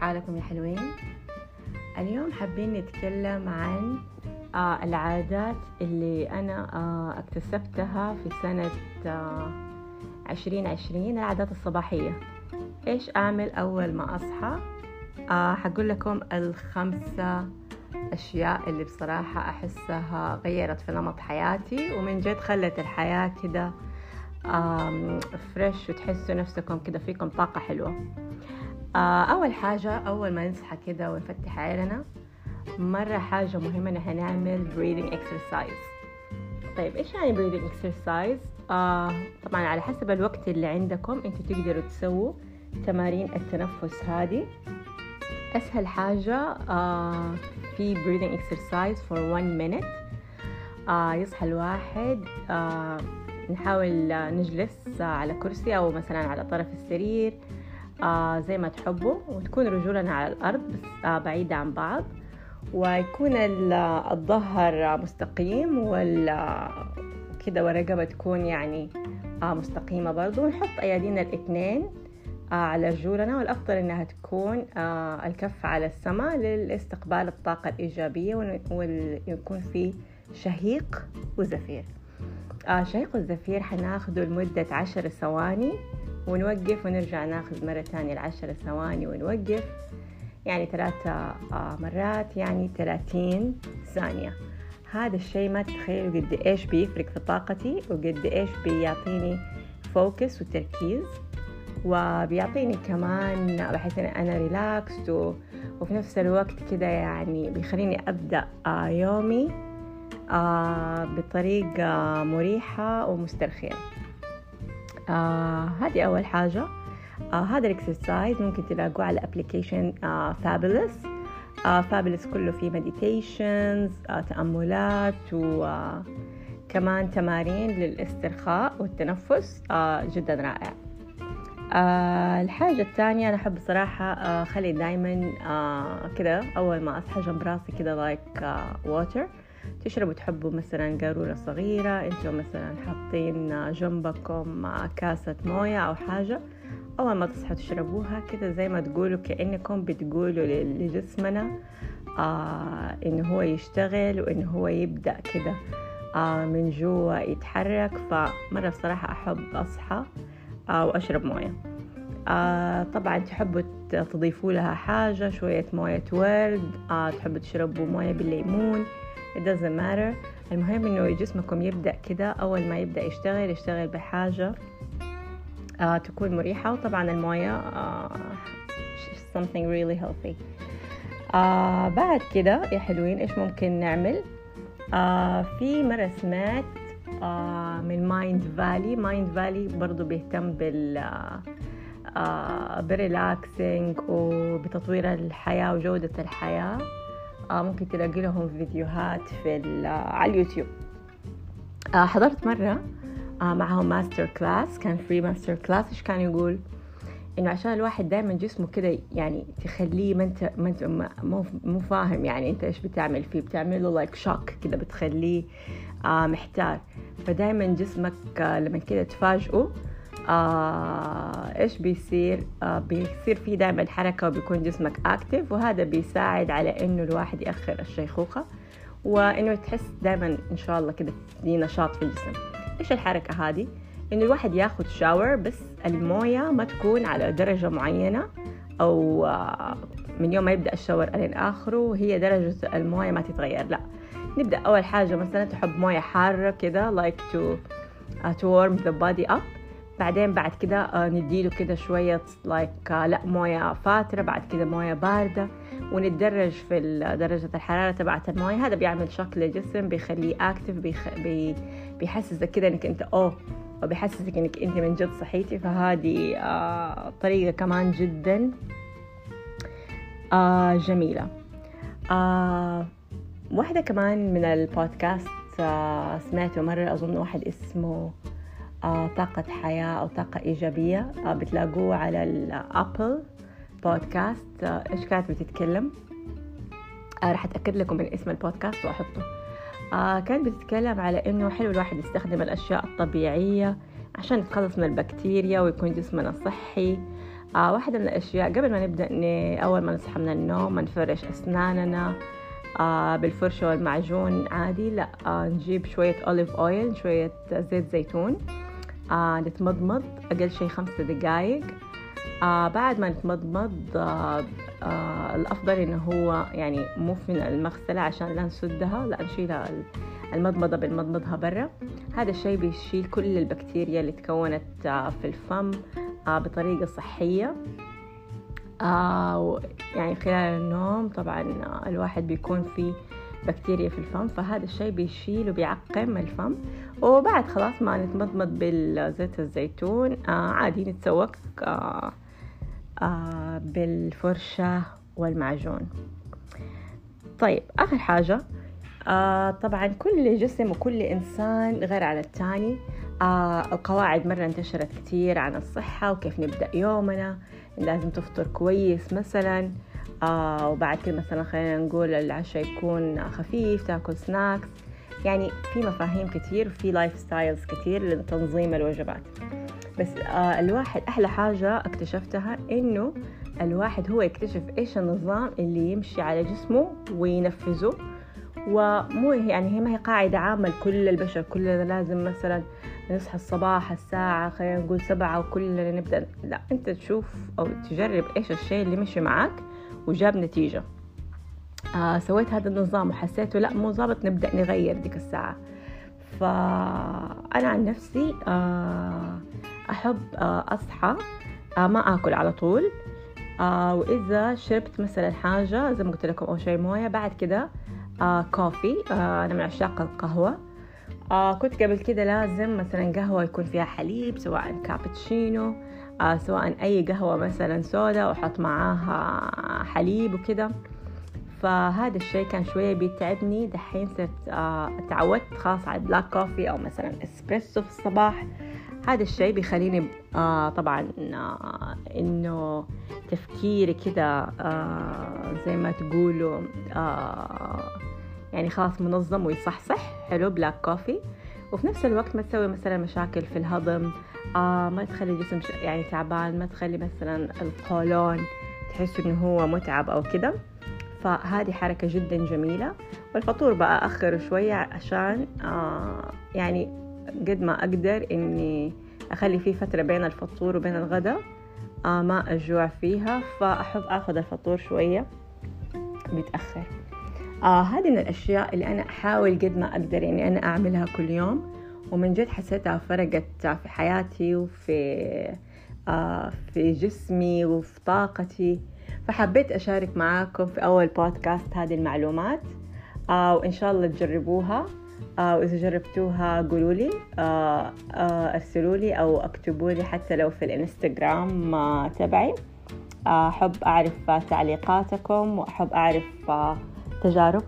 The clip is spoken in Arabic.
حالكم يا حلوين؟ اليوم حابين نتكلم عن العادات اللي أنا اكتسبتها في سنة 2020. العادات الصباحية. إيش أعمل أول ما أصحى؟ حقول لكم 5 أشياء اللي بصراحة أحسها غيرت في نمط حياتي ومن جد خلت الحياة كده فريش وتحسوا نفسكم كده فيكم طاقة حلوة. أول حاجة أول ما نصحى كده ونفتح عيننا مرة حاجة مهمة إن هنعمل breathing exercise. طيب إيش يعني breathing exercise؟ طبعا على حسب الوقت اللي عندكم أنتوا تقدروا تسووا تمارين التنفس هذه. أسهل حاجة في breathing exercise for 1 minute. يصحى الواحد، نحاول نجلس على كرسي أو مثلا على طرف السرير زي ما تحبوا، وتكون رجولنا على الأرض بس بعيدة عن بعض، ويكون الظهر مستقيم كده والرقبة تكون يعني مستقيمة برضو. ونحط أيدينا الاثنين على رجولنا، والأفضل إنها تكون الكف على السماء للاستقبال الطاقة الإيجابية، ويكون في شهيق وزفير. شهيق والزفير حناخده لمدة 10 ثواني ونوقف، ونرجع ناخذ مرة تانية 10 ثواني ونوقف، يعني 3 مرات، يعني 30 ثانية. هذا الشيء ما تتخيلوا قد إيش بيفرق في طاقتي، وقد إيش بيعطيني فوكس وتركيز، وبيعطيني كمان بحيث أن أنا ريلاكس، وفي نفس الوقت كده يعني بيخليني أبدأ يومي بطريقة مريحة ومسترخية. هذه أول حاجة. هذا الإكسرسايز ممكن تلاقوه على أبليكيشن فابلس كله فيه مديتيشنز، تأملات، وكمان تمارين للاسترخاء والتنفس. جدا رائع. الحاجة الثانية أنا أحب صراحة أخلي دايما كده أول ما أصحى جنب راسي كده water تشربوا. تحبوا مثلا قارورة صغيرة، انتوا مثلا حاطين جنبكم كاسة موية أو حاجة، أول ما تصحوا تشربوها كده زي ما تقولوا كأنكم بتقولوا لجسمنا إنه هو يشتغل وإنه هو يبدأ كده من جوا يتحرك. فمرة بصراحة أحب أصحى وأشرب موية. طبعا تحبوا تضيفوا لها حاجة، شوية موية ورد، تحبوا تشربوا موية بالليمون، it doesn't matter. المهم إنه جسمكم يبدأ كده أول ما يبدأ يشتغل بحاجة تكون مريحة. وطبعا الموية something really healthy. بعد كده يا حلوين إيش ممكن نعمل؟ في مرة سمعت من مايند فالي برضو بيهتم بريلاكسينج وبتطوير الحياة وجودة الحياة. ممكن تلاقي لهم فيديوهات على اليوتيوب. حضرت مرة معهم ماستر كلاس، كان فري ماستر كلاس. إيش كان يقول؟ إنه عشان الواحد دائما جسمه كده يعني تخليه ما انت مو فاهم يعني انت ايش بتعمل فيه، بتعمله شوك كده، بتخليه محتار. فدائما جسمك لما كده تفاجئه ايش بيصير فيه دائما حركة، وبيكون جسمك اكتف، وهذا بيساعد على انه الواحد يأخر الشيخوخة، وانه تحس دائما ان شاء الله كده في نشاط في الجسم. ايش الحركة هذه؟ انه الواحد ياخد شاور، بس الموية ما تكون على درجة معينة، او من يوم ما يبدأ الشاور الين اخره وهي درجة الموية ما تتغير. لا، نبدأ اول حاجة مثلا تحب موية حارة كده to warm the body up. بعدين بعد كده نديله كده شوية لا موية فاترة، بعد كده موية باردة، ونتدرج في درجة الحرارة تبعت الموية. هذا بيعمل شوك للجسم، بيخليه اكتف، بيحسسك كده انك انت وبيحسسك انك انت من جد صحيتي. فهذه طريقة كمان جدا جميلة. واحدة كمان من البودكاست سمعته مرة، أظن واحد اسمه طاقة حياة أو طاقة إيجابية، بتلاقوه على الأبل بودكاست. إيش كانت بتتكلم؟ راح أتأكد لكم من اسم البودكاست وأحطه. كانت بتتكلم على إنه حلو الواحد يستخدم الأشياء الطبيعية عشان يتخلص من البكتيريا ويكون جسمنا صحي. واحدة من الأشياء قبل ما نبدأ أول ما نصحى من النوم ما نفرش أسناننا بالفرشة والمعجون عادي، لا، نجيب شوية أوليف أويل، شوية زيت زيتون، نتمضمض أقل شيء 5 دقايق. بعد ما نتمضمض الأفضل إنه هو يعني مو في المغسلة عشان لا نسدها، لا نشيلها المضمضة بنمضمضها برا. هذا الشيء بيشيل كل البكتيريا اللي تكونت في الفم بطريقة صحية. يعني خلال النوم طبعا الواحد بيكون فيه بكتيريا في الفم، فهذا الشيء بيشيل وبيعقم الفم. وبعد خلاص ما نتمضمض بالزيت الزيتون عادي نتسوق بالفرشة والمعجون. طيب آخر حاجة، طبعا كل جسم وكل إنسان غير على التاني. القواعد مرة انتشرت كتير عن الصحة وكيف نبدأ يومنا. لازم تفطر كويس مثلا، وبعد كده مثلا خلينا نقول العشاء يكون خفيف، تاكل سناكس. يعني في مفاهيم كتير وفي لايف ستايلز كتير لتنظيم الوجبات. بس الواحد أحلى حاجة اكتشفتها إنه الواحد هو يكتشف إيش النظام اللي يمشي على جسمه وينفذه. ومو يعني هي ما هي قاعدة عامة لكل البشر، كلنا لازم مثلا نصحى الصباح الساعة خلينا نقول 7 وكلنا نبدأ. لا، أنت تشوف أو تجرب إيش الشيء اللي مشي معاك وجاب نتيجة. سويت هذا النظام وحسيته لا مو ضابط، نبدأ نغير ديك الساعة. فأنا عن نفسي أحب أصحى ما أكل على طول، وإذا شربت مثلا حاجة زي ما قلت لكم أو شيء موية، بعد كده كوفي. أنا من عشاق القهوة. كنت قبل كده لازم مثلا قهوة يكون فيها حليب، سواء كابتشينو، سواء أي قهوة مثلا سودا وحط معاها حليب وكده. فهذا الشيء كان شوية بيتعبني. دحين صرت تعودت خاص على بلاك كوفي أو مثلا إسبريسو في الصباح. هذا الشيء بيخليني طبعا إنه تفكيري كده زي ما تقولوا يعني خلاص منظم ويصحصح. حلو بلاك كوفي، وفي نفس الوقت ما تسوي مثلا مشاكل في الهضم، ما تخلي الجسم يعني تعبان، ما تخلي مثلا القولون تحس إنه هو متعب أو كده. فهذه حركة جدا جميلة. والفطور بقى أخر شوية عشان يعني قد ما أقدر إني أخلي فيه فترة بين الفطور وبين الغداء ما أجوع فيها، فأحب أخذ الفطور شوية بيتأخر. هذه من الأشياء اللي أنا أحاول قد ما أقدر يعني أنا أعملها كل يوم، ومن جد حسيتها فرقت في حياتي وفي في جسمي وفي طاقتي. فحبيت أشارك معاكم في أول بودكاست هذه المعلومات، وإن شاء الله تجربوها. وإذا جربتوها قولوا لي، أرسلوا لي أو اكتبوا لي حتى لو في الانستغرام تبعي. أحب أعرف تعليقاتكم وأحب أعرف تجاربكم.